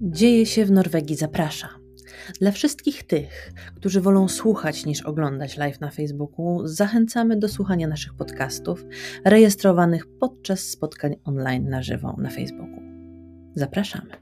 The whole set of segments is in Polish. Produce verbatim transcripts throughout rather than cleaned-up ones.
Dzieje się w Norwegii zaprasza. Dla wszystkich tych, którzy wolą słuchać niż oglądać live na Facebooku, zachęcamy do słuchania naszych podcastów rejestrowanych podczas spotkań online na żywo na Facebooku. Zapraszamy.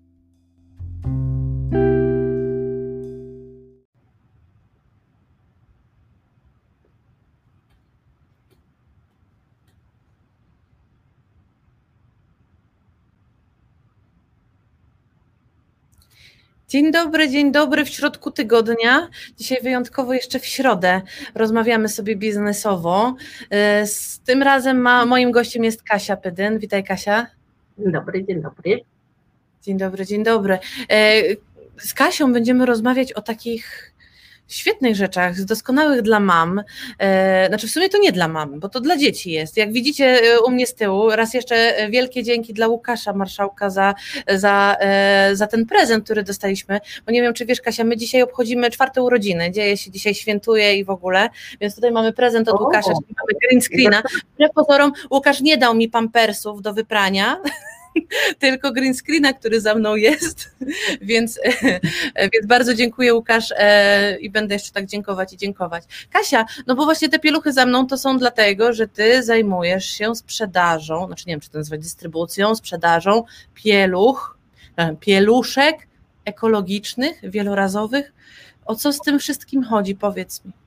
Dzień dobry, dzień dobry w środku tygodnia. Dzisiaj wyjątkowo jeszcze w środę rozmawiamy sobie biznesowo. Z tym razem ma, moim gościem jest Kasia Pydyn. Witaj, Kasia. Dzień dobry, dzień dobry. Dzień dobry, dzień dobry. Z Kasią będziemy rozmawiać o takich świetnych rzeczach, doskonałych dla mam, e, znaczy w sumie to nie dla mam, bo to dla dzieci jest. Jak widzicie u mnie z tyłu, raz jeszcze wielkie dzięki dla Łukasza Marszałka za, za, e, za ten prezent, który dostaliśmy, bo nie wiem, czy wiesz, Kasia, my dzisiaj obchodzimy czwarte urodziny, dzieje się dzisiaj, świętuje i w ogóle, więc tutaj mamy prezent od o, Łukasza, czyli mamy green screena. Wbrew pozorom Łukasz nie dał mi pampersów do wyprania, tylko green screena, który za mną jest, więc, więc bardzo dziękuję, Łukasz, i będę jeszcze tak dziękować i dziękować. Kasia, no bo właśnie te pieluchy za mną to są dlatego, że ty zajmujesz się sprzedażą, znaczy nie wiem, czy to nazywać dystrybucją, sprzedażą pieluch, pieluszek ekologicznych, wielorazowych. O co z tym wszystkim chodzi, powiedz mi.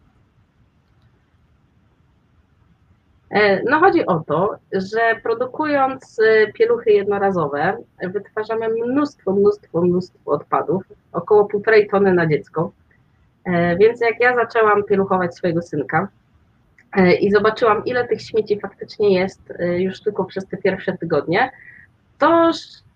No chodzi o to, że produkując pieluchy jednorazowe wytwarzamy mnóstwo, mnóstwo, mnóstwo odpadów, około półtorej tony na dziecko, więc jak ja zaczęłam pieluchować swojego synka i zobaczyłam, ile tych śmieci faktycznie jest już tylko przez te pierwsze tygodnie, to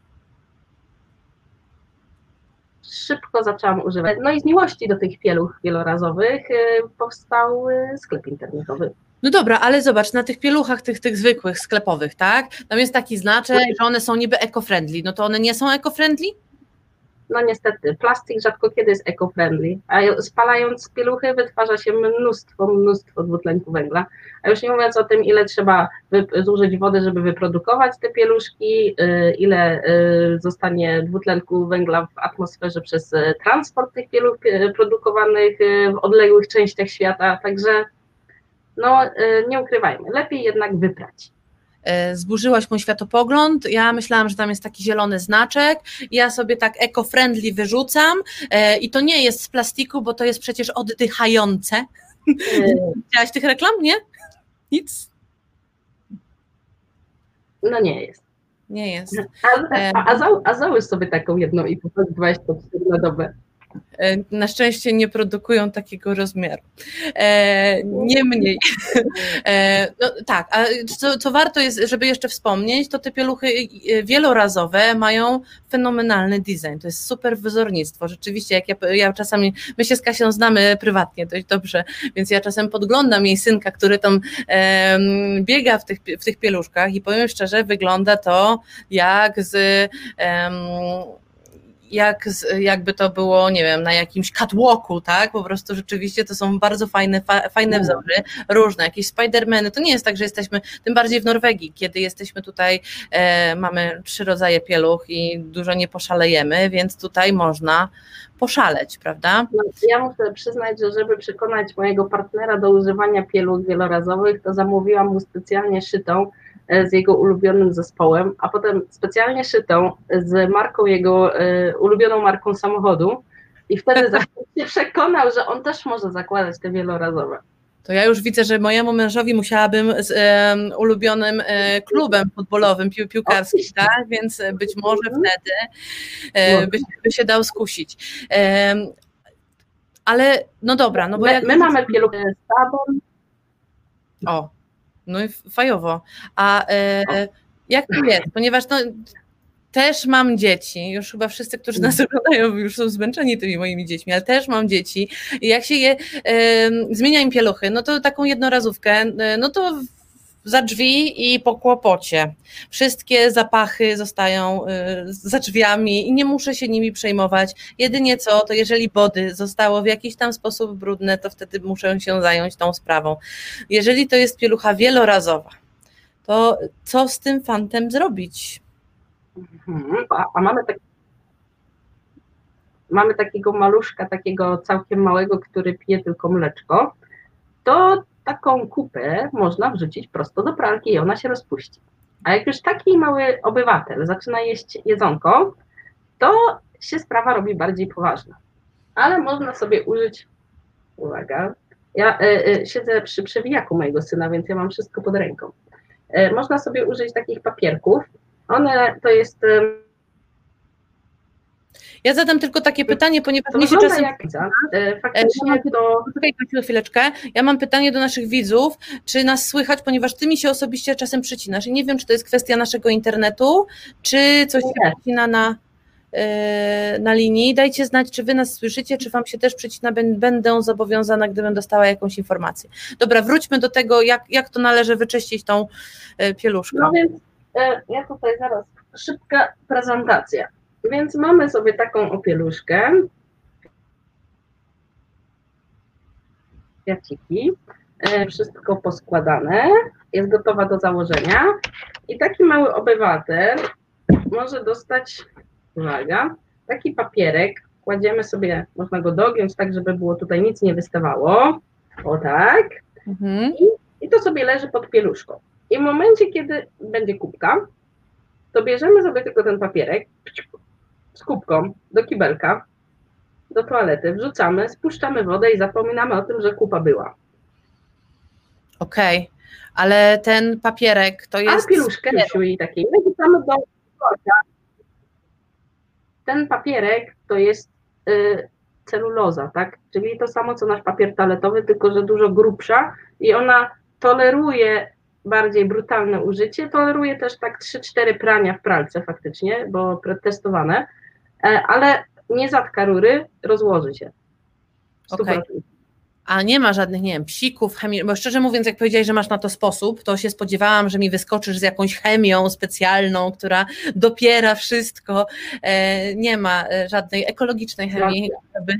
szybko zaczęłam używać. No i z miłości do tych pieluch wielorazowych powstał sklep internetowy. No dobra, ale zobacz, na tych pieluchach, tych, tych zwykłych, sklepowych, tak? Tam jest taki znaczek, że one są niby eco-friendly. No to one nie są eco-friendly? No niestety, plastik rzadko kiedy jest eco-friendly, a spalając pieluchy wytwarza się mnóstwo, mnóstwo dwutlenku węgla, a już nie mówiąc o tym, ile trzeba zużyć wody, żeby wyprodukować te pieluszki, ile zostanie dwutlenku węgla w atmosferze przez transport tych pieluch produkowanych w odległych częściach świata, także no nie ukrywajmy, lepiej jednak wyprać. Zburzyłaś mój światopogląd, ja myślałam, że tam jest taki zielony znaczek, ja sobie tak eco-friendly wyrzucam i to nie jest z plastiku, bo to jest przecież oddychające. Widziałaś tych reklam, nie? Nic? No nie jest. Nie jest. A, a, a, za, a załóż sobie taką jedną i dwadzieścia cztery na dobę. Na szczęście nie produkują takiego rozmiaru. E, Niemniej, e, no tak, a co, co warto jest, żeby jeszcze wspomnieć, to te pieluchy wielorazowe mają fenomenalny design, to jest super wzornictwo, rzeczywiście, jak ja, ja czasami, my się z Kasią znamy prywatnie dość dobrze, więc ja czasem podglądam jej synka, który tam e, biega w tych, w tych pieluszkach i powiem szczerze, wygląda to jak z e, jak jakby to było, nie wiem, na jakimś catwalku, tak, po prostu rzeczywiście to są bardzo fajne, fa, fajne wzory, różne, jakieś Spidermany, to nie jest tak, że jesteśmy, tym bardziej w Norwegii, kiedy jesteśmy tutaj, e, mamy trzy rodzaje pieluch i dużo nie poszalejemy, więc tutaj można poszaleć, prawda? No, ja muszę przyznać, że żeby przekonać mojego partnera do używania pieluch wielorazowych, to zamówiłam mu specjalnie szytą z jego ulubionym zespołem, a potem specjalnie szytą z marką jego y, ulubioną marką samochodu i wtedy się przekonał, że on też może zakładać te wielorazowe. To ja już widzę, że mojemu mężowi musiałabym z um, ulubionym e, klubem futbolowym, pił, piłkarskim, tak? Więc być może wtedy e, by, by się dał skusić. E, ale no dobra, no bo my, jak... My mamy pieluchę z sabon. O, no i fajowo. A e, jak to jest? Ponieważ no, też mam dzieci, już chyba wszyscy, którzy nas oglądają, już są zmęczeni tymi moimi dziećmi, ale też mam dzieci i jak się je, e, zmienia im pieluchy, no to taką jednorazówkę, e, no to za drzwi i po kłopocie. Wszystkie zapachy zostają e, za drzwiami i nie muszę się nimi przejmować. Jedynie co, to jeżeli body zostało w jakiś tam sposób brudne, to wtedy muszę się zająć tą sprawą. Jeżeli to jest pielucha wielorazowa, to co z tym fantem zrobić? A, a mamy tak. mamy takiego maluszka, takiego całkiem małego, który pije tylko mleczko, to taką kupę można wrzucić prosto do pralki i ona się rozpuści. A jak już taki mały obywatel zaczyna jeść jedzonko, to się sprawa robi bardziej poważna. Ale można sobie użyć, uwaga, ja y, y, siedzę przy przewijaku mojego syna, więc ja mam wszystko pod ręką. Y, można sobie użyć takich papierków. One to jest... Y, Ja zadam tylko takie pytanie, ponieważ to mnie się czasem... jak widza, y, faktycznie to... Poczekaj chwileczkę, ja mam pytanie do naszych widzów, czy nas słychać, ponieważ ty mi się osobiście czasem przycinasz i nie wiem, czy to jest kwestia naszego internetu, czy coś się przycina na... na linii. Dajcie znać, czy wy nas słyszycie, czy wam się też przycina, będę zobowiązana, gdybym dostała jakąś informację. Dobra, wróćmy do tego, jak, jak to należy wyczyścić tą pieluszkę. No więc ja tutaj zaraz, szybka prezentacja. Więc mamy sobie taką opieluszkę, kwiaciki, wszystko poskładane, jest gotowa do założenia i taki mały obywatel może dostać, uwaga, taki papierek, kładziemy sobie, można go dogiąć tak, żeby było tutaj nic nie wystawało, o tak, mhm. I, i to sobie leży pod pieluszką. I w momencie, kiedy będzie kubka, to bierzemy sobie tylko ten papierek z kubką do kibelka, do toalety, wrzucamy, spuszczamy wodę i zapominamy o tym, że kupa była. Okej, okay. Ale ten papierek to jest... A pieluszkę i takiej, wrzucamy do worka. Ten papierek to jest y, celuloza, tak? Czyli to samo, co nasz papier toaletowy, tylko że dużo grubsza i ona toleruje bardziej brutalne użycie, toleruje też tak trzy cztery prania w pralce faktycznie, bo testowane, ale nie zatka rury, rozłoży się. Okay. A nie ma żadnych, nie wiem, psików, chemii, bo szczerze mówiąc, jak powiedziałeś, że masz na to sposób, to się spodziewałam, że mi wyskoczysz z jakąś chemią specjalną, która dopiera wszystko. E, nie ma żadnej ekologicznej chemii. Żeby...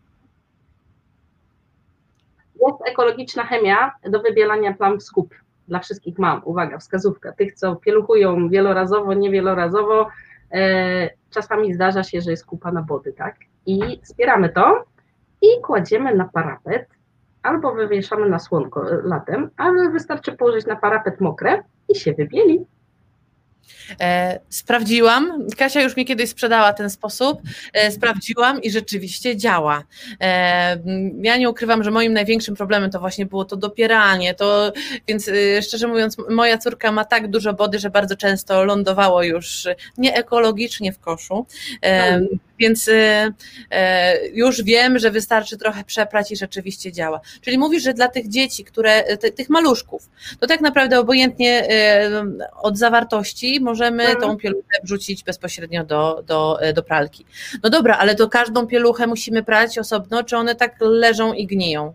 Jest ekologiczna chemia do wybielania plam z kup dla wszystkich mam. Uwaga, wskazówka. Tych, co pieluchują wielorazowo, niewielorazowo, e, czasami zdarza się, że jest kupa na body, tak? I zbieramy to i kładziemy na parapet, albo wywieszamy na słonko latem, ale wystarczy położyć na parapet mokre i się wybieli. E, sprawdziłam, Kasia już mi kiedyś sprzedała ten sposób, e, sprawdziłam i rzeczywiście działa. E, ja nie ukrywam, że moim największym problemem to właśnie było to dopieranie, to, więc e, szczerze mówiąc moja córka ma tak dużo body, że bardzo często lądowało już nieekologicznie w koszu, e, więc e, już wiem, że wystarczy trochę przeprać i rzeczywiście działa. Czyli mówisz, że dla tych dzieci, które, te, tych maluszków, to tak naprawdę obojętnie e, od zawartości możemy mhm. tą pieluchę wrzucić bezpośrednio do, do, do pralki. No dobra, ale to każdą pieluchę musimy prać osobno, czy one tak leżą i gniją?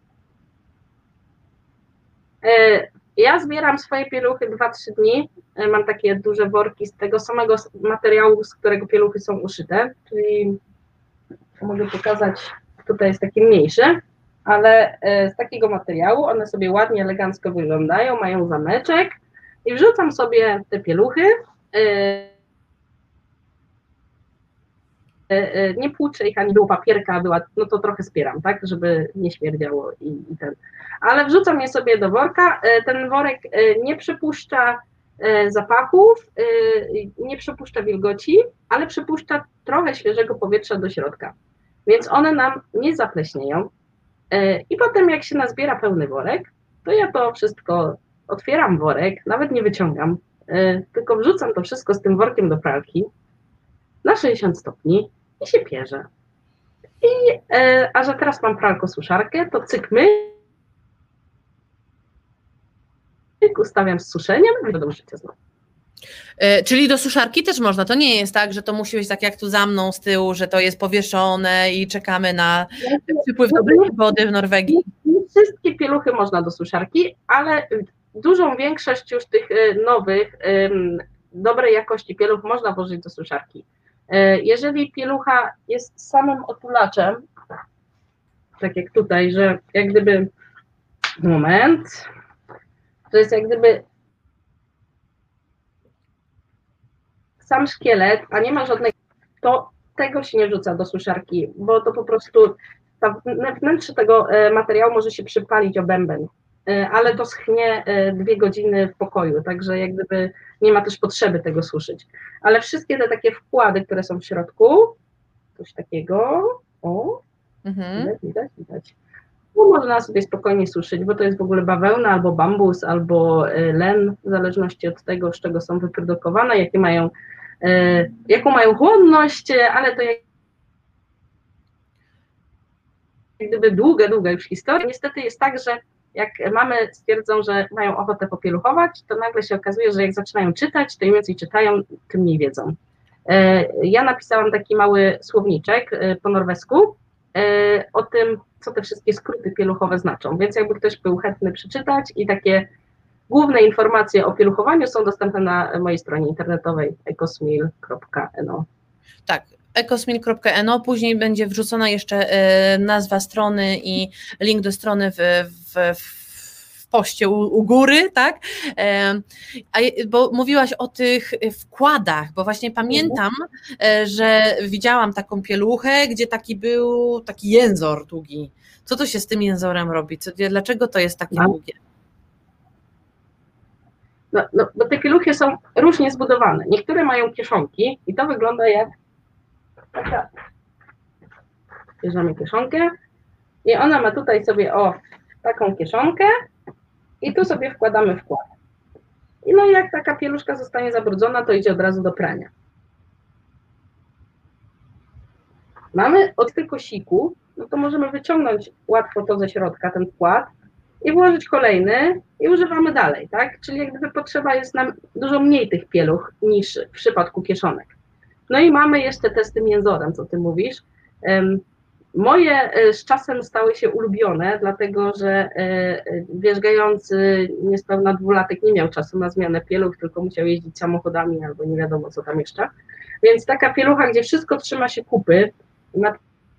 Ja zbieram swoje pieluchy dwa trzy dni, mam takie duże worki z tego samego materiału, z którego pieluchy są uszyte, czyli mogę pokazać, tutaj jest taki mniejszy, ale z takiego materiału one sobie ładnie, elegancko wyglądają, mają zameczek i wrzucam sobie te pieluchy, nie płuczę ich, ani było papierka, była, no to trochę spieram, tak, żeby nie śmierdziało i, i ten. Ale wrzucam je sobie do worka, ten worek nie przepuszcza zapachów, nie przepuszcza wilgoci, ale przepuszcza trochę świeżego powietrza do środka, więc one nam nie zapleśnieją i potem jak się nazbiera pełny worek, to ja to wszystko otwieram worek, nawet nie wyciągam, tylko wrzucam to wszystko z tym workiem do pralki na sześćdziesiąt stopni i się pierze. I, e, a że teraz mam pralko-suszarkę, to cyk my, ustawiam z suszeniem i do użycia znowu. E, czyli do suszarki też można, to nie jest tak, że to musi być tak jak tu za mną z tyłu, że to jest powieszone i czekamy na przypływ dobrej wody w Norwegii. Nie, nie wszystkie pieluchy można do suszarki, ale dużą większość już tych nowych, dobrej jakości pieluch można włożyć do suszarki. Jeżeli pielucha jest samym otulaczem, tak jak tutaj, że jak gdyby, moment, to jest jak gdyby sam szkielet, a nie ma żadnego, to tego się nie wrzuca do suszarki, bo to po prostu ta wnętrze tego materiału może się przypalić o bęben, ale to schnie dwie godziny w pokoju, także jak gdyby nie ma też potrzeby tego suszyć. Ale wszystkie te takie wkłady, które są w środku, coś takiego, o, mhm. widać, widać, widać. No, można sobie spokojnie suszyć, bo to jest w ogóle bawełna, albo bambus, albo len, w zależności od tego, z czego są wyprodukowane, jakie mają, jaką mają chłonność, ale to jak gdyby długa, długa już historia. Niestety jest tak, że jak mamy stwierdzą, że mają ochotę popieluchować, to nagle się okazuje, że jak zaczynają czytać, to im więcej czytają, tym mniej wiedzą. Ja napisałam taki mały słowniczek po norwesku o tym, co te wszystkie skróty pieluchowe znaczą, więc jakby ktoś był chętny przeczytać i takie główne informacje o pieluchowaniu są dostępne na mojej stronie internetowej ecosmil kropka no. Tak, ecosmil kropka no, później będzie wrzucona jeszcze nazwa strony i link do strony w, w, w poście u, u góry, tak? A, bo mówiłaś o tych wkładach, bo właśnie pamiętam, że widziałam taką pieluchę, gdzie taki był taki jęzor długi. Co to się z tym jęzorem robi? Co, dlaczego to jest takie no. długie? No, no, bo te pieluchy są różnie zbudowane. Niektóre mają kieszonki i to wygląda jak taka, bierzemy kieszonkę i ona ma tutaj sobie o taką kieszonkę i tu sobie wkładamy wkład. I no i jak taka pieluszka zostanie zabrudzona, to idzie od razu do prania. Mamy od tego kosiku, no to możemy wyciągnąć łatwo to ze środka, ten wkład i włożyć kolejny i używamy dalej, tak? Czyli jak gdyby potrzeba jest nam dużo mniej tych pieluch niż w przypadku kieszonek. No i mamy jeszcze te z tym jęzorem, co ty mówisz. Moje z czasem stały się ulubione, dlatego że wierzgający niespełna dwulatek nie miał czasu na zmianę pieluch, tylko musiał jeździć samochodami albo nie wiadomo co tam jeszcze. Więc taka pielucha, gdzie wszystko trzyma się kupy, na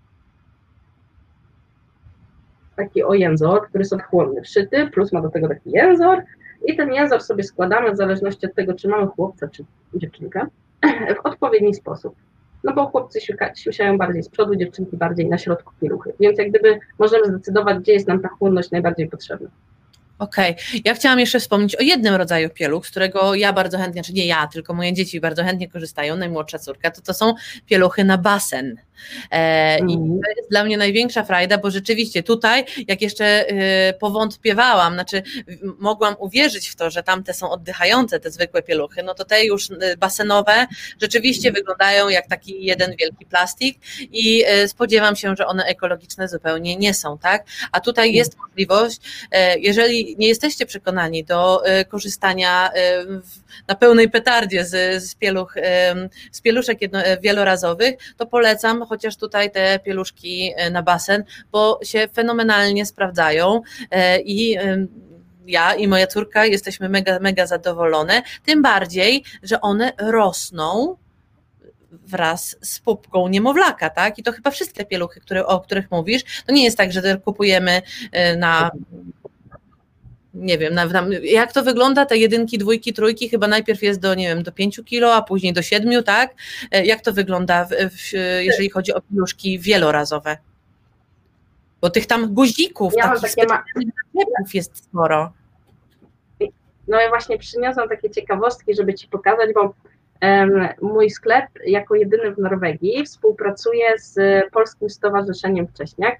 taki o jęzor, który jest odchłonny, wszyty, plus ma do tego taki jęzor i ten jęzor sobie składamy w zależności od tego, czy mamy chłopca, czy dziewczynkę, w odpowiedni sposób. No bo chłopcy siusiają bardziej z przodu, dziewczynki bardziej na środku pieluchy, więc jak gdyby możemy zdecydować, gdzie jest nam ta chłonność najbardziej potrzebna. Okej, okay. Ja chciałam jeszcze wspomnieć o jednym rodzaju pieluch, z którego ja bardzo chętnie, czy nie ja, tylko moje dzieci bardzo chętnie korzystają, najmłodsza córka, to to są pieluchy na basen. E, mm. I to jest dla mnie największa frajda, bo rzeczywiście tutaj, jak jeszcze y, powątpiewałam, znaczy mogłam uwierzyć w to, że tamte są oddychające, te zwykłe pieluchy, no to te już basenowe rzeczywiście mm. wyglądają jak taki jeden wielki plastik i y, spodziewam się, że one ekologiczne zupełnie nie są, tak? A tutaj mm. jest możliwość, y, jeżeli nie jesteście przekonani do y, korzystania y, w, na pełnej petardzie z, z, pieluch, y, z pieluszek jedno, wielorazowych, to polecam chociaż tutaj te pieluszki na basen, bo się fenomenalnie sprawdzają i ja i moja córka jesteśmy mega, mega zadowolone, tym bardziej, że one rosną wraz z pupką niemowlaka, tak? I to chyba wszystkie pieluchy, które, o których mówisz, to nie jest tak, że kupujemy na... Nie wiem, jak to wygląda, te jedynki, dwójki, trójki, chyba najpierw jest do, nie wiem, do pięciu kilo, a później do siedmiu, tak? Jak to wygląda, w, w, jeżeli chodzi o pieluszki wielorazowe? Bo tych tam guzików, ja takich takie ma... jest sporo. No ja właśnie przyniosłam takie ciekawostki, żeby ci pokazać, bo um, mój sklep jako jedyny w Norwegii współpracuje z Polskim Stowarzyszeniem Wcześniak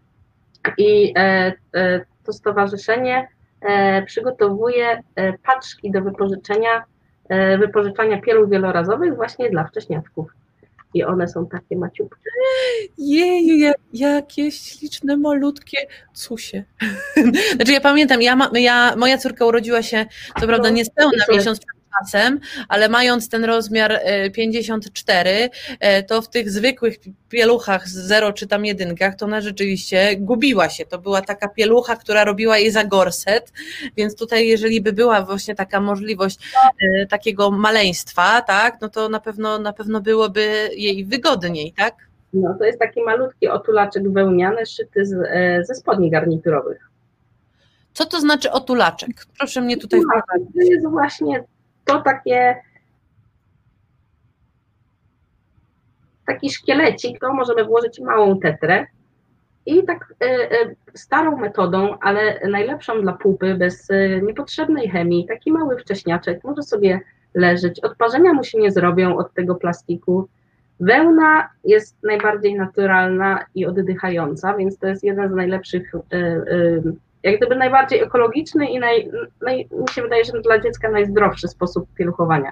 i e, e, to stowarzyszenie przygotowuje paczki do wypożyczenia, wypożyczania pieluch wielorazowych właśnie dla wcześniaczków. I one są takie maciupkie. Jeju, jakie śliczne, malutkie cusie. Znaczy ja pamiętam, ja, ja, moja córka urodziła się, co prawda niespełna miesiąc przed czasem, ale mając ten rozmiar pięćdziesiąt cztery, to w tych zwykłych pieluchach z zero czy tam jedynkach, to ona rzeczywiście gubiła się. To była taka pielucha, która robiła jej za gorset, więc tutaj jeżeli by była właśnie taka możliwość no. takiego maleństwa, tak, no to na pewno, na pewno byłoby jej wygodniej, tak? No to jest taki malutki otulaczek wełniany, szyty z, ze spodni garniturowych. Co to znaczy otulaczek? Proszę mnie tutaj wprowadzić. To jest właśnie to takie taki szkielecik, to możemy włożyć małą tetrę i tak y, y, starą metodą, ale najlepszą dla pupy, bez y, niepotrzebnej chemii, taki mały wcześniaczek może sobie leżeć. Odparzenia mu się nie zrobią od tego plastiku. Wełna jest najbardziej naturalna i oddychająca, więc to jest jeden z najlepszych, y, y, jak gdyby najbardziej ekologiczny i naj, naj, mi się wydaje, że dla dziecka najzdrowszy sposób pieluchowania.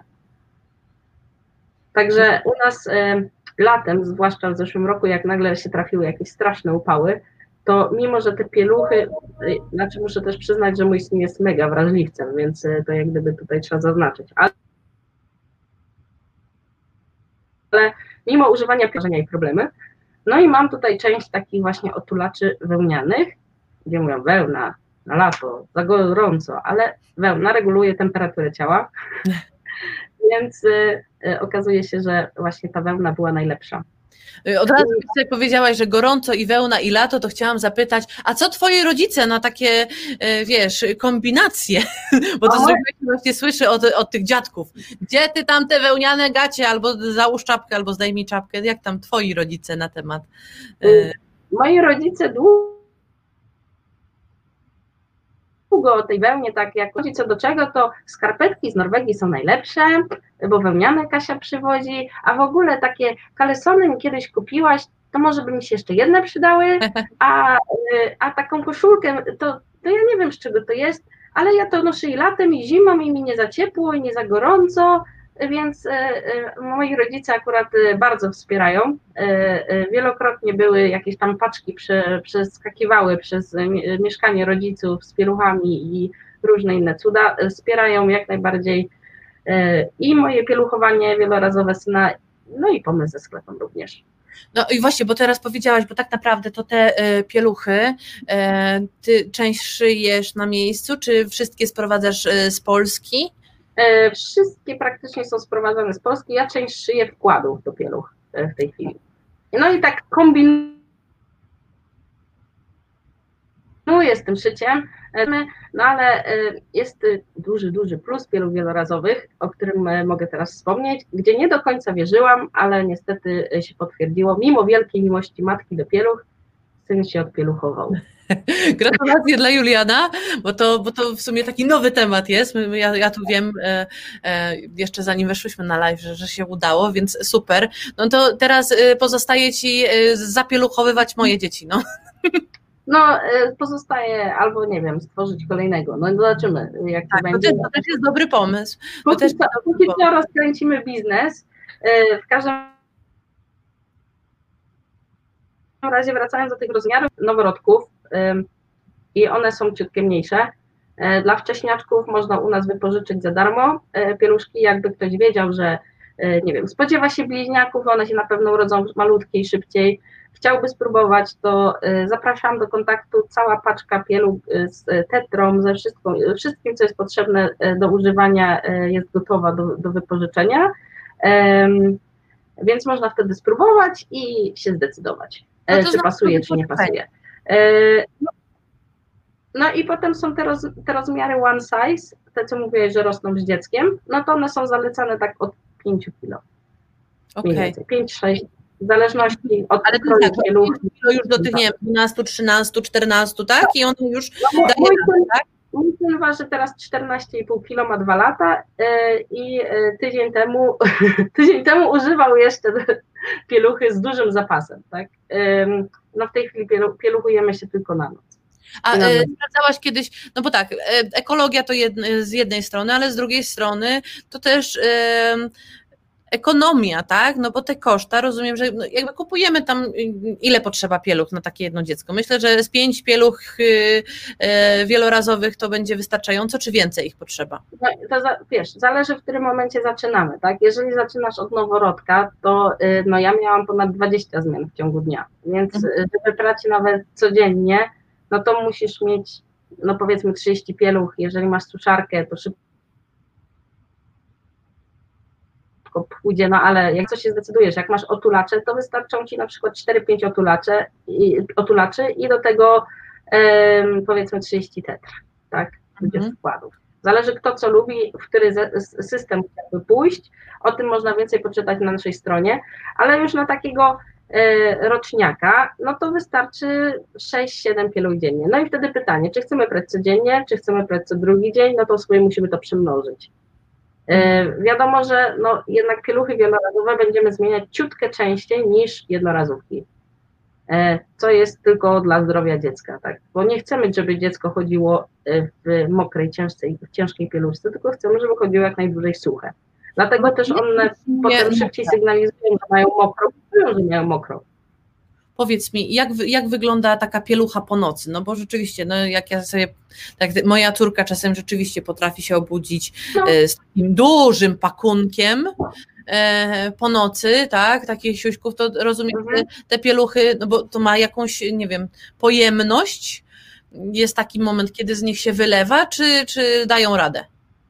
Także u nas y, latem, zwłaszcza w zeszłym roku, jak nagle się trafiły jakieś straszne upały, to mimo, że te pieluchy, y, znaczy muszę też przyznać, że mój syn jest mega wrażliwcem, więc y, to jak gdyby tutaj trzeba zaznaczyć. Ale, ale mimo używania pieluchania i problemy, no i mam tutaj część takich właśnie otulaczy wełnianych, gdzie mówią wełna na lato, za gorąco, ale wełna reguluje temperaturę ciała, więc y, y, okazuje się, że właśnie ta wełna była najlepsza. Od razu, jak powiedziałaś, że gorąco i wełna i lato, to chciałam zapytać, a co twoi rodzice na takie, wiesz, kombinacje? Bo to zwykle właśnie słyszę od, od tych dziadków. Gdzie ty tam te wełniane gacie? Albo załóż czapkę, albo zdejmij czapkę. Jak tam twoi rodzice na temat? Moi rodzice długo długo o tej wełnie, tak jak chodzi co do czego, to skarpetki z Norwegii są najlepsze, bo wełniane Kasia przywodzi, a w ogóle takie kalesony mi kiedyś kupiłaś, to może by mi się jeszcze jedne przydały, a, a taką koszulkę, to, to ja nie wiem, z czego to jest, ale ja to noszę i latem, i zimą, i mi nie za ciepło, i nie za gorąco, więc moi rodzice akurat bardzo wspierają. Wielokrotnie były jakieś tam paczki prze, przeskakiwały przez mieszkanie rodziców z pieluchami i różne inne cuda. Wspierają jak najbardziej i moje pieluchowanie wielorazowe syna, no i pomysł ze sklepem również. No i właśnie, bo teraz powiedziałaś, bo tak naprawdę to te pieluchy, ty część szyjesz na miejscu, czy wszystkie sprowadzasz z Polski? Wszystkie praktycznie są sprowadzane z Polski, ja część szyję wkładów do pieluch w tej chwili. No i tak kombinuję z tym szyciem, no ale jest duży, duży plus pieluch wielorazowych, o którym mogę teraz wspomnieć, gdzie nie do końca wierzyłam, ale niestety się potwierdziło, mimo wielkiej miłości matki do pieluch, syn się odpieluchował. Gratulacje dla Juliana, bo to, bo to w sumie taki nowy temat jest. My, ja, ja tu wiem, e, e, jeszcze zanim weszłyśmy na live, że, że się udało, więc super. No to teraz pozostaje ci zapieluchowywać moje dzieci, no. No, pozostaje albo, nie wiem, stworzyć kolejnego. No zobaczymy, jak tak, to będzie. To, to też jest dobry pomysł. Póki, też to, póki co rozkręcimy biznes. W każdym W razie wracając do tych rozmiarów noworodków ym, i one są ciutkie mniejsze, y, dla wcześniaczków można u nas wypożyczyć za darmo y, pieluszki, jakby ktoś wiedział, że y, nie wiem, spodziewa się bliźniaków, one się na pewno urodzą malutkie i szybciej, chciałby spróbować, to y, zapraszam do kontaktu, cała paczka pieluch y, z tetrą, ze wszystko, y, wszystkim, co jest potrzebne y, do używania, y, jest gotowa do, do wypożyczenia, y, więc można wtedy spróbować i się zdecydować. No czy pasuje, czy nie pasuje. No, no i potem są te, roz, te rozmiary one size, te co mówiłeś, że rosną z dzieckiem, no to one są zalecane tak od pięciu kilo. Okay. pięć sześć, w zależności od ale kroju tak, pieluch. już do tych, nie wiem, dwunastu, trzynastu, czternastu, tak? I on już no, daje mój, nam, tak? Mój syn waży teraz czternaście i pół kilo, ma dwa lata yy, i yy, tydzień temu tydzień temu używał jeszcze pieluchy z dużym zapasem, tak? Yy, no w tej chwili pielu, pieluchujemy się tylko na noc. A e, sprawdzałaś kiedyś, no bo tak, e, ekologia to jed, z jednej strony, ale z drugiej strony to też e, ekonomia, tak? No bo te koszta, rozumiem, że no jakby kupujemy tam, ile potrzeba pieluch na takie jedno dziecko. Myślę, że z pięć pieluch e, wielorazowych to będzie wystarczająco, czy więcej ich potrzeba? No, to za, wiesz, zależy w którym momencie zaczynamy, tak? Jeżeli zaczynasz od noworodka, to y, no ja miałam ponad dwadzieścia zmian w ciągu dnia, więc mhm. żeby prać nawet codziennie, no to musisz mieć, no powiedzmy trzydzieści pieluch, jeżeli masz suszarkę, to szybko pójdzie, no ale jak coś się zdecydujesz, jak masz otulacze, to wystarczą ci na przykład cztery pięć otulacze, i, otulaczy i do tego um, powiedzmy trzydzieści tetr, tak, mhm. wkładów. Zależy kto co lubi, w który system chciałby pójść, o tym można więcej poczytać na naszej stronie, ale już na takiego roczniaka, no to wystarczy sześć siedem pieluch dziennie. No i wtedy pytanie, czy chcemy brać codziennie, czy chcemy brać co drugi dzień, no to sobie musimy to przemnożyć. Yy, wiadomo, że no, jednak pieluchy wielorazowe będziemy zmieniać ciutkę częściej niż jednorazówki, yy, co jest tylko dla zdrowia dziecka, tak? Bo nie chcemy, żeby dziecko chodziło w mokrej, ciężkiej, w ciężkiej pieluszce, tylko chcemy, żeby chodziło jak najdłużej suche. Dlatego też one nie, potem nie, szybciej sygnalizują, że mają mokro, że mają mokro. Powiedz mi, jak, jak wygląda taka pielucha po nocy? No bo rzeczywiście, no jak ja sobie, tak, moja córka czasem rzeczywiście potrafi się obudzić no. z takim dużym pakunkiem e, po nocy, tak, takich siuśków, to rozumiem, mhm. że te pieluchy, no bo to ma jakąś, nie wiem, pojemność, jest taki moment, kiedy z nich się wylewa, czy, czy dają radę?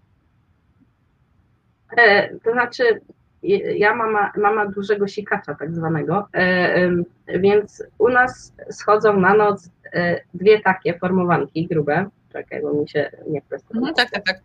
E, to znaczy, ja mama, mama dużego sikacza tak zwanego, e, e, więc u nas schodzą na noc e, dwie takie formowanki grube. Czekaj, bo mi się nie kwestia. Mhm, tak, tak, tak.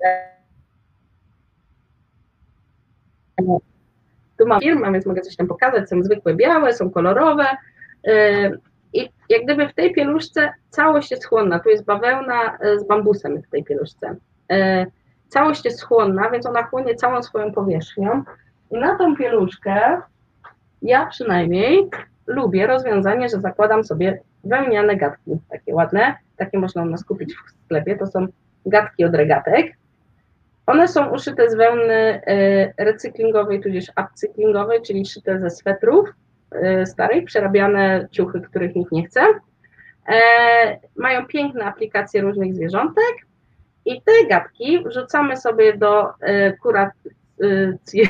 E, tu mam firmę, więc mogę coś tam pokazać. Są zwykłe białe, są kolorowe. E, I jak gdyby w tej pieluszce całość jest chłonna. Tu jest bawełna z bambusem w tej pieluszce. E, całość jest chłonna, więc ona chłonie całą swoją powierzchnią. I na tą pieluszkę ja przynajmniej lubię rozwiązanie, że zakładam sobie wełniane gadki, takie ładne, takie można u nas kupić w sklepie, to są gadki od regatek. One są uszyte z wełny recyklingowej, tudzież upcyklingowej, czyli szyte ze swetrów starych, przerabiane ciuchy, których nikt nie chce. Mają piękne aplikacje różnych zwierzątek i te gadki wrzucamy sobie do kuracji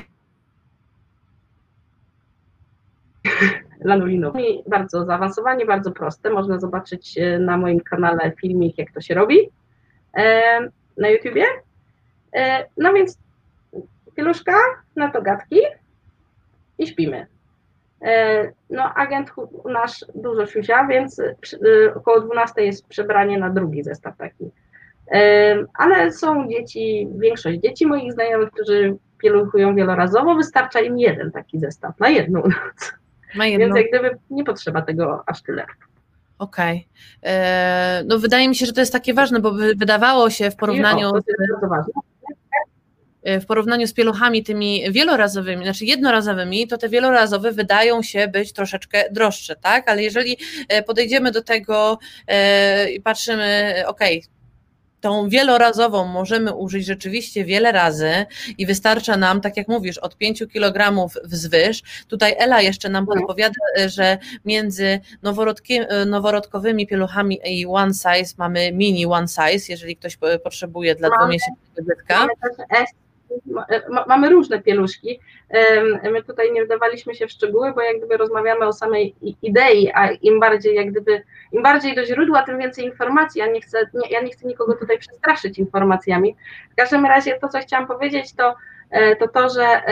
lanolinowych. Bardzo zaawansowanie, bardzo proste. Można zobaczyć na moim kanale filmik, jak to się robi na YouTubie. No więc pieluszka, na to gadki i śpimy. No agent nasz dużo siuzia, więc około dwunastej jest przebranie na drugi zestaw taki. Ale są dzieci, większość dzieci moich znajomych, którzy pieluchują wielorazowo, wystarcza im jeden taki zestaw na jedną noc. Na jedną. Więc jak gdyby nie potrzeba tego aż tyle. Okej. Okay. No wydaje mi się, że to jest takie ważne, bo wydawało się w porównaniu... O, to jest bardzo ważne. W porównaniu z pieluchami tymi wielorazowymi, znaczy jednorazowymi, to te wielorazowe wydają się być troszeczkę droższe, tak? Ale jeżeli podejdziemy do tego i patrzymy, okej, okay, tą wielorazową możemy użyć rzeczywiście wiele razy i wystarcza nam, tak jak mówisz, od pięciu kilogramów wzwyż. Tutaj Ela jeszcze nam podpowiada, że między noworodkowymi pieluchami i one size mamy mini one size, jeżeli ktoś potrzebuje dla dwumiesięcznego dziecka. Mamy różne pieluszki. My tutaj nie wdawaliśmy się w szczegóły, bo jak gdyby rozmawiamy o samej idei, a im bardziej jak gdyby, im bardziej do źródła, tym więcej informacji. Ja nie chcę, nie, ja nie chcę nikogo tutaj przestraszyć informacjami. W każdym razie to, co chciałam powiedzieć, to to, to że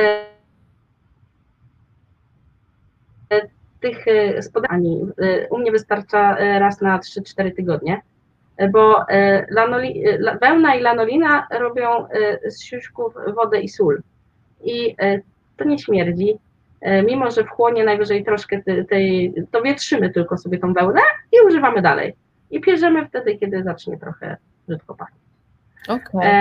tych spodani u mnie wystarcza raz na trzy cztery tygodnie. Bo lanoli, wełna i lanolina robią z siuśków wodę i sól i to nie śmierdzi, mimo że wchłonie najwyżej troszkę tej, to wietrzymy tylko sobie tą wełnę i używamy dalej i pierzemy wtedy, kiedy zacznie trochę brzydko pachnieć. Okay.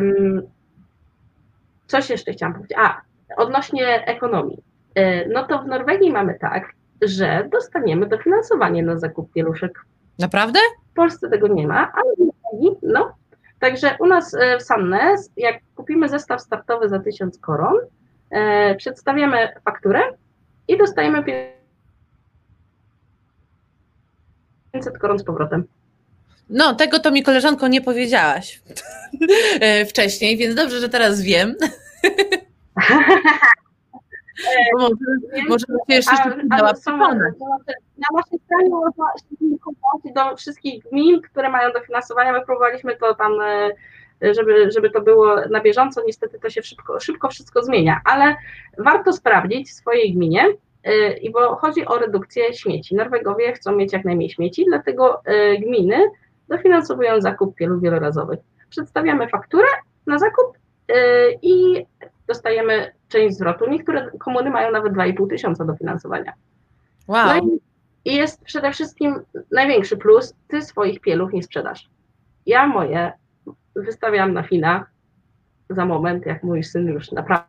Coś jeszcze chciałam powiedzieć, a odnośnie ekonomii, no to w Norwegii mamy tak, że dostaniemy dofinansowanie na zakup pieluszek. Naprawdę? W Polsce tego nie ma, ale no. Także u nas w Sandnes, jak kupimy zestaw startowy za tysiąc koron, e, przedstawiamy fakturę i dostajemy pięćset koron z powrotem. No, tego to mi koleżanko nie powiedziałaś wcześniej, więc dobrze, że teraz wiem. Może, może się jeszcze ale są, na naszej stronie można się do wszystkich gmin, które mają dofinansowania. My próbowaliśmy to tam, żeby, żeby to było na bieżąco. Niestety to się szybko, szybko wszystko zmienia, ale warto sprawdzić w swojej gminie, i bo chodzi o redukcję śmieci. Norwegowie chcą mieć jak najmniej śmieci, dlatego gminy dofinansowują zakup pieluch wielorazowych. przedstawiamy fakturę na zakup yy, i dostajemy część zwrotu. Niektóre komuny mają nawet dwa i pół tysiąca dofinansowania. Wow. No i, i jest przede wszystkim największy plus, ty swoich pieluch nie sprzedasz. Ja moje wystawiam na Fina za moment, jak mój syn już naprawdę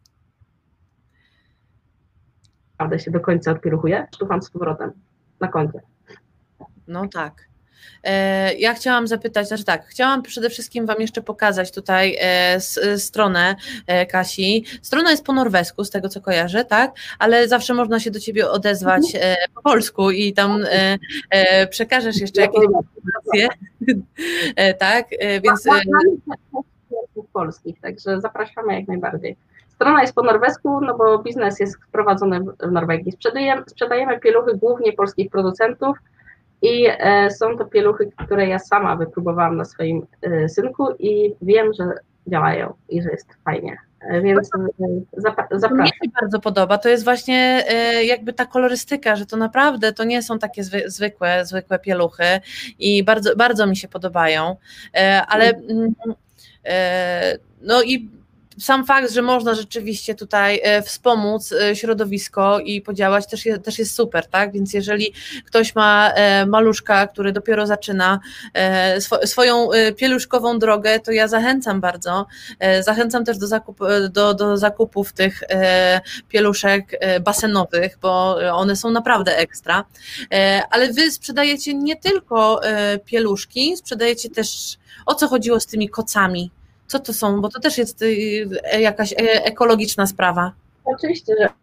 się do końca odpieluchuje, sztufam z powrotem na koncie. No tak. Ja chciałam zapytać, znaczy tak, chciałam przede wszystkim Wam jeszcze pokazać tutaj stronę Kasi. Strona jest po norwesku, z tego co kojarzę, tak? Ale zawsze można się do Ciebie odezwać po polsku i tam przekażesz jeszcze jakieś informacje. Tak, więc... polskich, także zapraszamy jak najbardziej. Strona jest po norwesku, no bo biznes jest prowadzony w Norwegii. Sprzedajemy, sprzedajemy pieluchy głównie polskich producentów i e, są to pieluchy, które ja sama wypróbowałam na swoim e, synku i wiem, że działają i że jest fajnie, e, więc e, zapra zapraszam. Mnie się bardzo podoba, to jest właśnie e, jakby ta kolorystyka, że to naprawdę to nie są takie zwy zwykłe, zwykłe pieluchy i bardzo, bardzo mi się podobają, e, ale mm. no i sam fakt, że można rzeczywiście tutaj wspomóc środowisko i podziałać też jest, też jest super, tak? Więc jeżeli ktoś ma maluszka, który dopiero zaczyna swo swoją pieluszkową drogę, to ja zachęcam bardzo. Zachęcam też do, zakup do, do zakupów tych pieluszek basenowych, bo one są naprawdę ekstra. Ale wy sprzedajecie nie tylko pieluszki, sprzedajecie też, o co chodziło z tymi kocami? Co to są? Bo to też jest jakaś ekologiczna sprawa. Oczywiście, że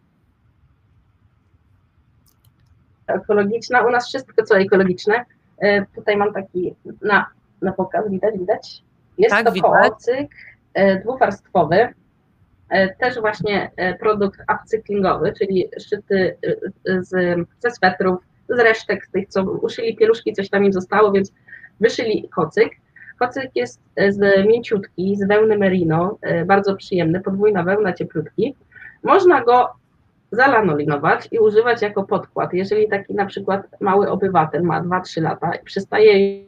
ekologiczna. U nas wszystko, co ekologiczne. Tutaj mam taki na, na pokaz, widać, widać. Jest tak, to widać. kocyk dwuwarstwowy. Też właśnie produkt upcyklingowy, czyli szczyty z, ze swetrów, z resztek, z tych, co uszyli pieluszki, coś tam im zostało, więc wyszyli kocyk. Kocyk jest z mięciutki, z wełny merino, bardzo przyjemny, podwójna wełna, cieplutki. Można go zalanolinować i używać jako podkład. Jeżeli taki na przykład mały obywatel ma dwa trzy lata i przestaje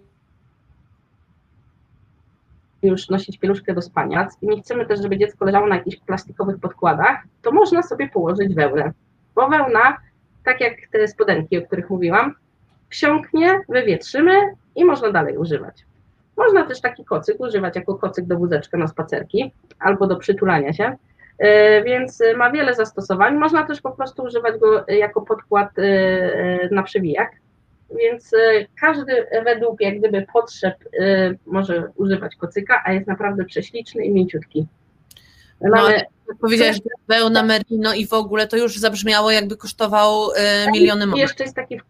już nosić pieluszkę do spania i nie chcemy też, żeby dziecko leżało na jakichś plastikowych podkładach, to można sobie położyć wełnę. Bo wełna, tak jak te spodenki, o których mówiłam, wsiąknie, wywietrzymy i można dalej używać. Można też taki kocyk używać jako kocyk do wózeczka na spacerki albo do przytulania się, więc ma wiele zastosowań. Można też po prostu używać go jako podkład na przewijak, więc każdy według jak gdyby potrzeb może używać kocyka, a jest naprawdę prześliczny i mięciutki. Mamy... No, powiedziałeś, że wełna merino i w ogóle to już zabrzmiało, jakby kosztował miliony monet. I jeszcze jest taki w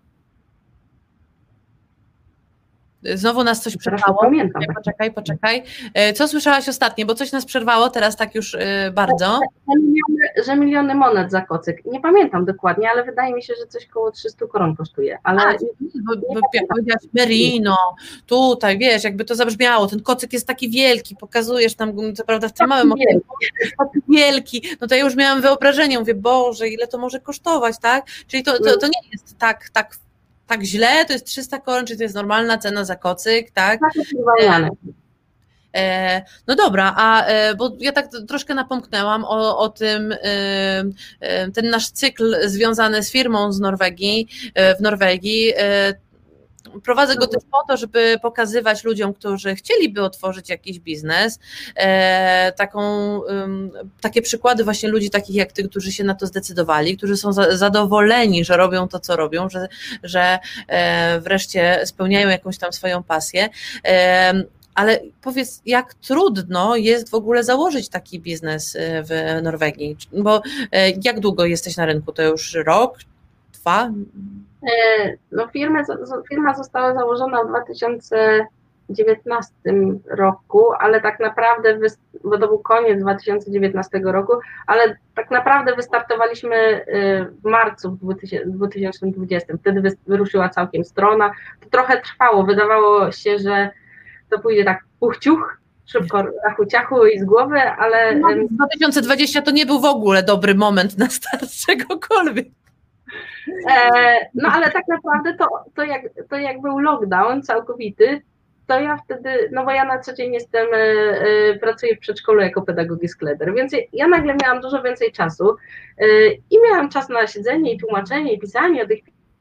Znowu nas coś przerwało. Pamiętam. Poczekaj, poczekaj. Co słyszałaś ostatnio? Bo coś nas przerwało teraz tak już bardzo. Że miliony, że miliony monet za kocyk. Nie pamiętam dokładnie, ale wydaje mi się, że coś koło trzysta koron kosztuje. Ale A, bo, bo jak powiedziałaś merino, tutaj, wiesz, jakby to zabrzmiało, ten kocyk jest taki wielki, pokazujesz tam, co prawda w tym małym okienku, taki wielki, no to ja już miałam wyobrażenie, mówię, Boże, ile to może kosztować, tak? Czyli to, to, to nie jest tak, tak tak źle, to jest trzysta koron, czy to jest normalna cena za kocyk, tak? Tak, e, no dobra, a bo ja tak troszkę napomknęłam o, o tym, ten nasz cykl związany z firmą z Norwegii, w Norwegii, prowadzę go też po to, żeby pokazywać ludziom, którzy chcieliby otworzyć jakiś biznes, e, taką, um, takie przykłady właśnie ludzi takich jak ty, którzy się na to zdecydowali, którzy są za, zadowoleni, że robią to, co robią, że, że e, wreszcie spełniają jakąś tam swoją pasję. E, ale powiedz, jak trudno jest w ogóle założyć taki biznes w Norwegii? Bo e, jak długo jesteś na rynku? To już rok, dwa? No firma, firma została założona w dwa tysiące dziewiętnastym roku, ale tak naprawdę, bo to był koniec dwa tysiące dziewiętnastego roku, ale tak naprawdę wystartowaliśmy w marcu w dwa tysiące dwudziestym. Wtedy wyruszyła całkiem strona. To trochę trwało, wydawało się, że to pójdzie tak puch ciuch, szybko rachu ciachu i z głowy, ale... No, dwa tysiące dwudziesty to nie był w ogóle dobry moment na start czegokolwiek. No ale tak naprawdę to, to, jak, to jak był lockdown całkowity, to ja wtedy, no bo ja na co dzień jestem, y, pracuję w przedszkolu jako pedagog skleper, więc ja nagle miałam dużo więcej czasu y, i miałam czas na siedzenie i tłumaczenie i pisanie o tych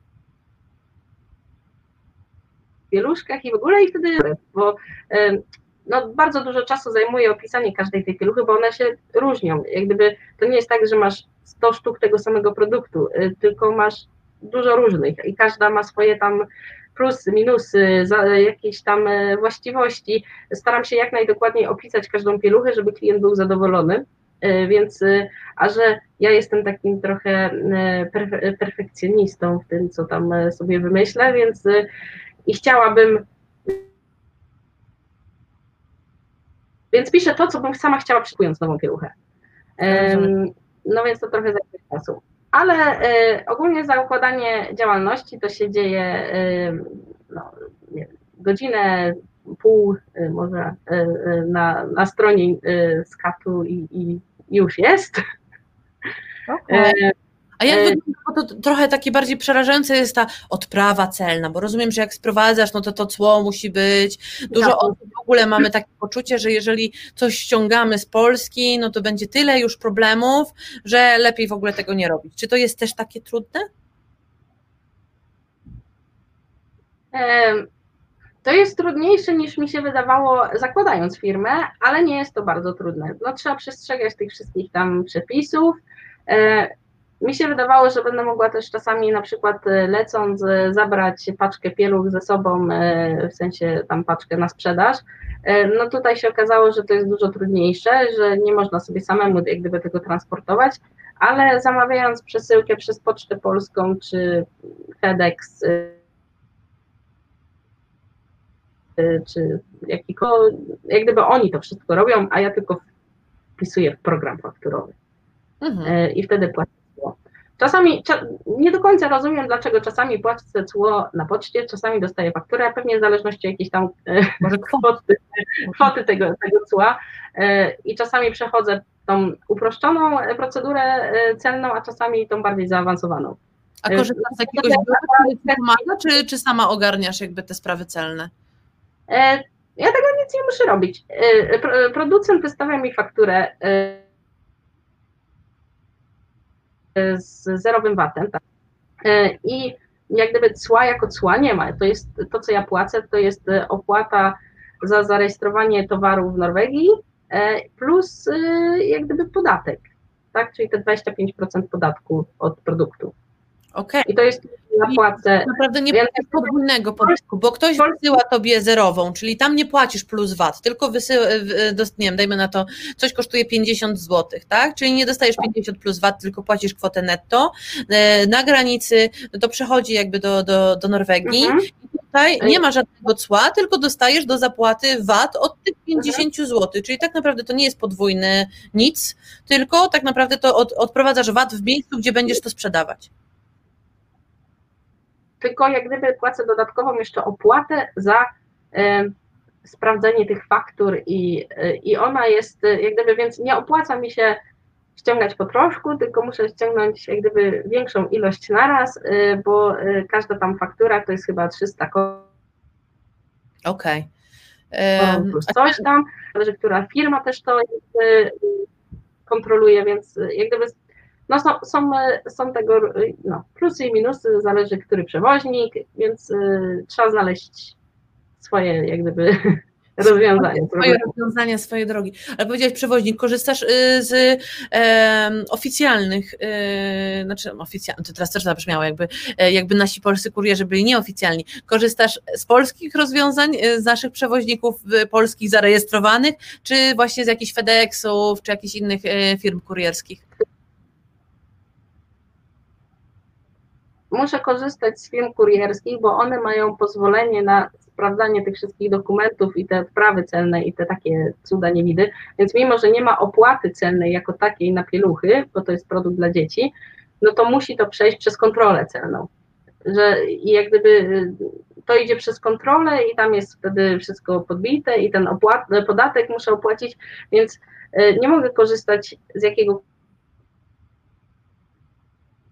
pieluszkach i w ogóle i wtedy, bo y, no, bardzo dużo czasu zajmuje opisanie każdej tej pieluchy, bo one się różnią, jak gdyby to nie jest tak, że masz sto sztuk tego samego produktu, y, tylko masz dużo różnych i każda ma swoje tam plusy, minusy, jakieś tam właściwości. Staram się jak najdokładniej opisać każdą pieluchę, żeby klient był zadowolony, więc, a że ja jestem takim trochę perfekcjonistą w tym, co tam sobie wymyślę, więc i chciałabym, więc piszę to, co bym sama chciała, przykując nową pieluchę. No więc to trochę zajmuje czasu. Ale y, ogólnie zakładanie działalności to się dzieje y, no, nie wiem, godzinę, pół y, może y, y, na, na stronie y, skatu i, i już jest. Okay. A jak wygląda, bo to trochę takie bardziej przerażające jest ta odprawa celna, bo rozumiem, że jak sprowadzasz, no to to cło musi być, dużo tak. osób w ogóle mamy takie poczucie, że jeżeli coś ściągamy z Polski, no to będzie tyle już problemów, że lepiej w ogóle tego nie robić. Czy to jest też takie trudne? To jest trudniejsze niż mi się wydawało zakładając firmę, ale nie jest to bardzo trudne. No, trzeba przestrzegać tych wszystkich tam przepisów. Mi się wydawało, że będę mogła też czasami na przykład lecąc zabrać paczkę pieluch ze sobą, w sensie tam paczkę na sprzedaż. No tutaj się okazało, że to jest dużo trudniejsze, że nie można sobie samemu jak gdyby tego transportować, ale zamawiając przesyłkę przez Pocztę Polską czy FedEx, czy jakikolwiek, jak gdyby oni to wszystko robią, a ja tylko wpisuję w program fakturowy. Mhm. I wtedy płacę cło. Czasami, nie do końca rozumiem, dlaczego czasami płacę cło na poczcie, czasami dostaję fakturę, a pewnie w zależności od jakiejś tam może kwoty, kwoty tego, tego cła i czasami przechodzę tą uproszczoną procedurę celną, a czasami tą bardziej zaawansowaną. A korzystasz z jakiegoś biura, który pomaga, czy, czy sama ogarniasz jakby te sprawy celne? Ja tego nic nie muszę robić. Producent wystawia mi fakturę z zerowym vatem, tak. I jak gdyby cła jako cła nie ma. To jest to, co ja płacę, to jest opłata za zarejestrowanie towaru w Norwegii plus jak gdyby podatek, tak, czyli te dwadzieścia pięć procent podatku od produktu. Okay. I to jest, ja płacę. Naprawdę nie płacisz podwójnego podatku, bo ktoś wysyła tobie zerową, czyli tam nie płacisz plus V A T, tylko wysyła, nie wiem, dajmy na to, coś kosztuje pięćdziesiąt złotych, tak? Czyli nie dostajesz pięćdziesiąt plus V A T, tylko płacisz kwotę netto. Na granicy no to przechodzi jakby do, do, do Norwegii. Mhm. I tutaj nie ma żadnego cła, tylko dostajesz do zapłaty V A T od tych pięćdziesiąt złotych, czyli tak naprawdę to nie jest podwójny nic, tylko tak naprawdę to od, odprowadzasz V A T w miejscu, gdzie będziesz to sprzedawać. Tylko jak gdyby płacę dodatkową jeszcze opłatę za y, sprawdzenie tych faktur i, y, i ona jest jak gdyby, więc nie opłaca mi się ściągać po troszku, tylko muszę ściągnąć jak gdyby większą ilość naraz, y, bo y, każda tam faktura to jest chyba trzysta koron. Okej. Okay. Plus coś tam, ale że która firma też to jest, y, kontroluje, więc jak gdyby no są, są, są tego no, plusy i minusy, zależy który przewoźnik, więc y, trzeba znaleźć swoje jak gdyby rozwiązania. Swoje rozwiązania, swoje drogi. Ale powiedziałeś przewoźnik, korzystasz y, z y, oficjalnych, y, znaczy oficjalnych, to teraz też zabrzmiało jakby, jakby nasi polscy kurierzy byli nieoficjalni. Korzystasz z polskich rozwiązań, z naszych przewoźników polskich zarejestrowanych, czy właśnie z jakichś FedExów, czy jakichś innych y, firm kurierskich? Muszę korzystać z firm kurierskich, bo one mają pozwolenie na sprawdzanie tych wszystkich dokumentów i te odprawy celne i te takie cuda niewidy, więc mimo, że nie ma opłaty celnej jako takiej na pieluchy, bo to jest produkt dla dzieci, no to musi to przejść przez kontrolę celną, że i jak gdyby to idzie przez kontrolę i tam jest wtedy wszystko podbite i ten opłat, podatek muszę opłacić, więc nie mogę korzystać z jakiego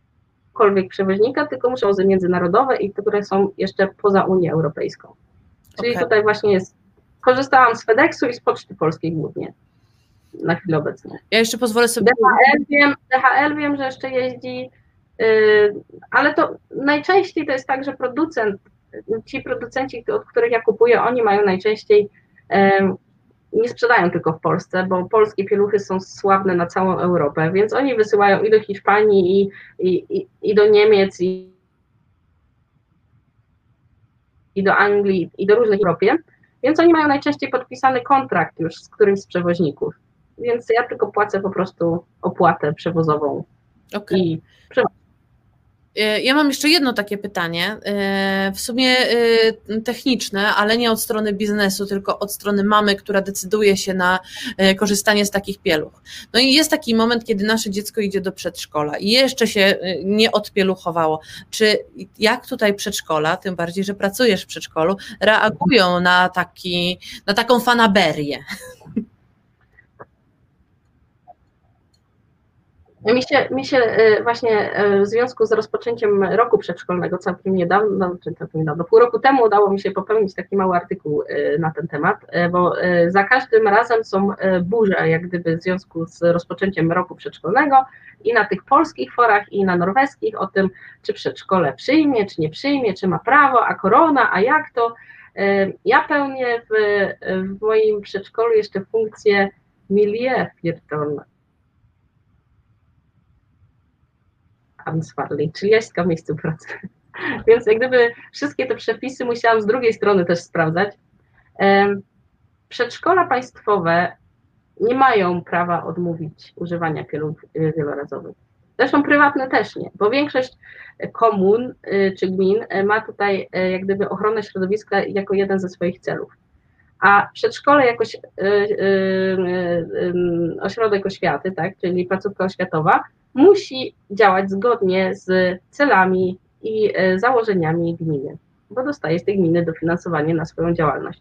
przewoźnika, tylko muszą być międzynarodowe i które są jeszcze poza Unią Europejską. Czyli Okay. tutaj właśnie jest, korzystałam z FedExu i z Poczty Polskiej głównie na chwilę obecną. Ja jeszcze pozwolę sobie... D H L wiem, D H L wiem, że jeszcze jeździ, yy, ale to najczęściej to jest tak, że producent, ci producenci, od których ja kupuję, oni mają najczęściej, yy, nie sprzedają tylko w Polsce, bo polskie pieluchy są sławne na całą Europę, więc oni wysyłają i do Hiszpanii, i, i, i, i do Niemiec, i, i do Anglii, i do różnych Europie, więc oni mają najczęściej podpisany kontrakt już z którymś z przewoźników. Więc ja tylko płacę po prostu opłatę przewozową. Okay. I ja mam jeszcze jedno takie pytanie, w sumie techniczne, ale nie od strony biznesu, tylko od strony mamy, która decyduje się na korzystanie z takich pieluch. No i jest taki moment, kiedy nasze dziecko idzie do przedszkola i jeszcze się nie odpieluchowało. Czy jak tutaj przedszkola, tym bardziej, że pracujesz w przedszkolu, reagują na, taki, na taką fanaberię? Mi się, mi się właśnie w związku z rozpoczęciem roku przedszkolnego całkiem niedawno, czy całkiem niedawno, pół roku temu udało mi się popełnić taki mały artykuł na ten temat, bo za każdym razem są burze, jak gdyby w związku z rozpoczęciem roku przedszkolnego i na tych polskich forach i na norweskich o tym, czy przedszkole przyjmie, czy nie przyjmie, czy ma prawo, a korona, a jak to. Ja pełnię w, w moim przedszkolu jeszcze funkcję Miljøfyrtårn Ansvarlig, czyli jaśćka w miejscu pracy. Więc jak gdyby wszystkie te przepisy musiałam z drugiej strony też sprawdzać. Przedszkola państwowe nie mają prawa odmówić używania pieluch wielorazowych. Zresztą prywatne też nie, bo większość komun czy gmin ma tutaj jak gdyby ochronę środowiska jako jeden ze swoich celów. A przedszkole jakoś ośrodek oświaty, tak, czyli placówka oświatowa, musi działać zgodnie z celami i założeniami gminy, bo dostaje z tej gminy dofinansowanie na swoją działalność.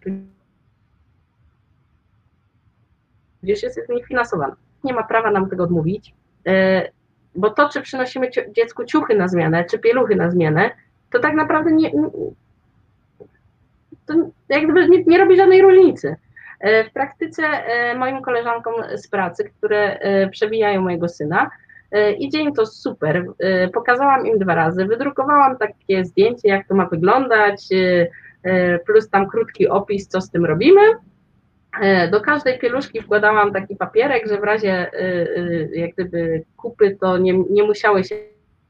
Gdzieś jest niefinansowana. Nie ma prawa nam tego odmówić, bo to, czy przynosimy dziecku ciuchy na zmianę, czy pieluchy na zmianę, to tak naprawdę nie, to jak gdyby nie, nie robi żadnej różnicy. W praktyce moim koleżankom z pracy, które przewijają mojego syna, idzie im to super. Pokazałam im dwa razy, wydrukowałam takie zdjęcie, jak to ma wyglądać, plus tam krótki opis, co z tym robimy. Do każdej pieluszki wkładałam taki papierek, że w razie jak gdyby kupy to nie, nie musiały się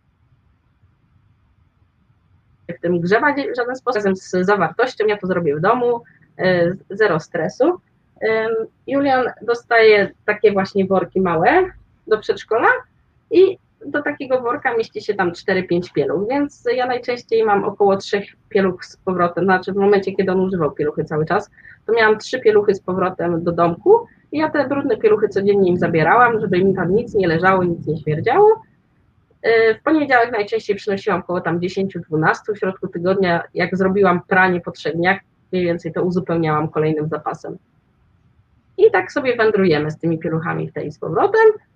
w tym grzebać w żaden sposób, razem z zawartością, ja to zrobię w domu, zero stresu. Julian dostaje takie właśnie worki małe do przedszkola i do takiego worka mieści się tam cztery pięć pieluch, więc ja najczęściej mam około trzech pieluch z powrotem, znaczy w momencie, kiedy on używał pieluchy cały czas, to miałam trzy pieluchy z powrotem do domku i ja te brudne pieluchy codziennie im zabierałam, żeby im tam nic nie leżało, nic nie śmierdziało. W poniedziałek najczęściej przynosiłam około tam dziesięć dwanaście, w środku tygodnia, jak zrobiłam pranie po trzech dniach, mniej więcej to uzupełniałam kolejnym zapasem. I tak sobie wędrujemy z tymi pieluchami w tej z powrotem.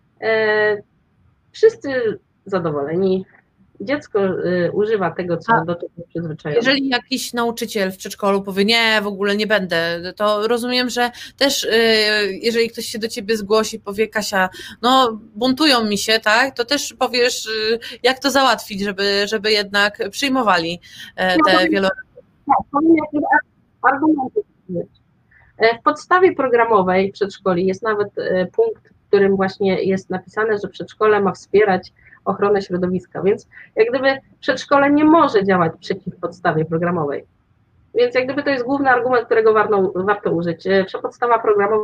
Wszyscy zadowoleni. Dziecko używa tego, co do tego przyzwyczajone. Jeżeli jakiś nauczyciel w przedszkolu powie, nie, w ogóle nie będę, to rozumiem, że też jeżeli ktoś się do ciebie zgłosi, powie, Kasia, no buntują mi się, tak, to też powiesz, jak to załatwić, żeby, żeby jednak przyjmowali te wielorazowe. Tak, powiem jakieś argumenty. W podstawie programowej przedszkoli jest nawet punkt, w którym właśnie jest napisane, że przedszkole ma wspierać ochronę środowiska, więc jak gdyby przedszkole nie może działać przeciw podstawie programowej. Więc jak gdyby to jest główny argument, którego warto, warto użyć. Podstawa programowa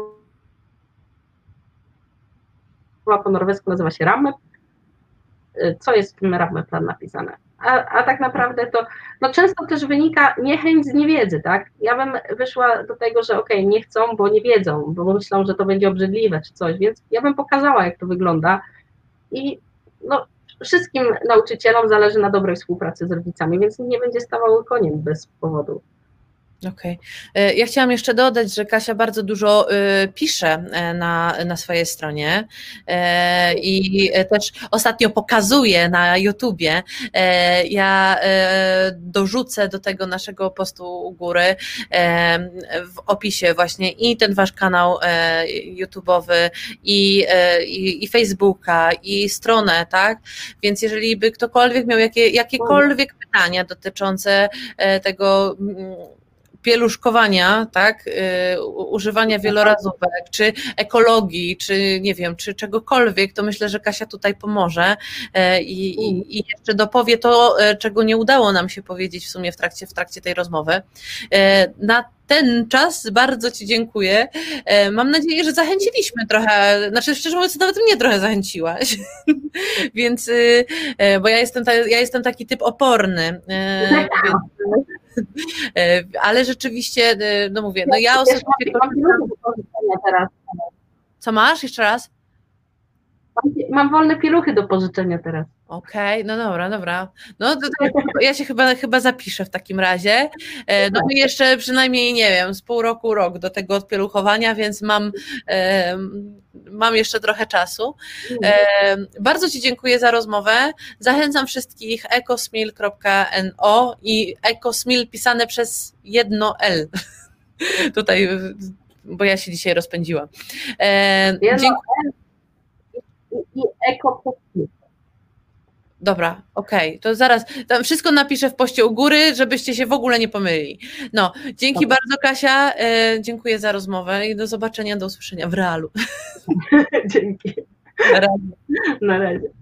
po norwesku nazywa się ramme. Co jest w tym ramme plan napisane? A, a tak naprawdę to no często też wynika niechęć z niewiedzy, tak? Ja bym wyszła do tego, że okej, okay, nie chcą, bo nie wiedzą, bo myślą, że to będzie obrzydliwe czy coś, więc ja bym pokazała, jak to wygląda i no, wszystkim nauczycielom zależy na dobrej współpracy z rodzicami, więc nie będzie stawały koniem bez powodu. Okej. Okay. Ja chciałam jeszcze dodać, że Kasia bardzo dużo pisze na, na swojej stronie i też ostatnio pokazuje na YouTubie. Ja dorzucę do tego naszego postu u góry w opisie właśnie i ten wasz kanał YouTube'owy i, i, i Facebooka i stronę, tak? Więc jeżeli by ktokolwiek miał jakie, jakiekolwiek pytania dotyczące tego pieluszkowania, tak, y, używania wielorazówek, czy ekologii, czy nie wiem, czy czegokolwiek, to myślę, że Kasia tutaj pomoże y, i, i jeszcze dopowie to, czego nie udało nam się powiedzieć w sumie w trakcie, w trakcie tej rozmowy. Y, na ten czas bardzo ci dziękuję. Mam nadzieję, że zachęciliśmy trochę, znaczy szczerze mówiąc, nawet mnie trochę zachęciłaś, więc, bo ja jestem, ta, ja jestem taki typ oporny, więc, ale rzeczywiście, no mówię, no ja osobiście... Co masz? Jeszcze raz? Mam wolne pieluchy do pożyczenia teraz. Okej, okay, no dobra, dobra. No to, to ja się chyba, chyba zapiszę w takim razie. No i jeszcze przynajmniej, nie wiem, z pół roku, rok do tego odpieluchowania, więc mam, mam jeszcze trochę czasu. Bardzo ci dziękuję za rozmowę. Zachęcam wszystkich ecosmil kropka no i ecosmil pisane przez jedno L. Tutaj, bo ja się dzisiaj rozpędziłam. Dziękuję. I eko-posmil. Dobra, okej, okay. To zaraz, tam wszystko napiszę w poście u góry, żebyście się w ogóle nie pomylili. No, dzięki Dobra. bardzo Kasia, e, dziękuję za rozmowę i do zobaczenia, do usłyszenia w realu. Dzięki. Na razie. Na razie.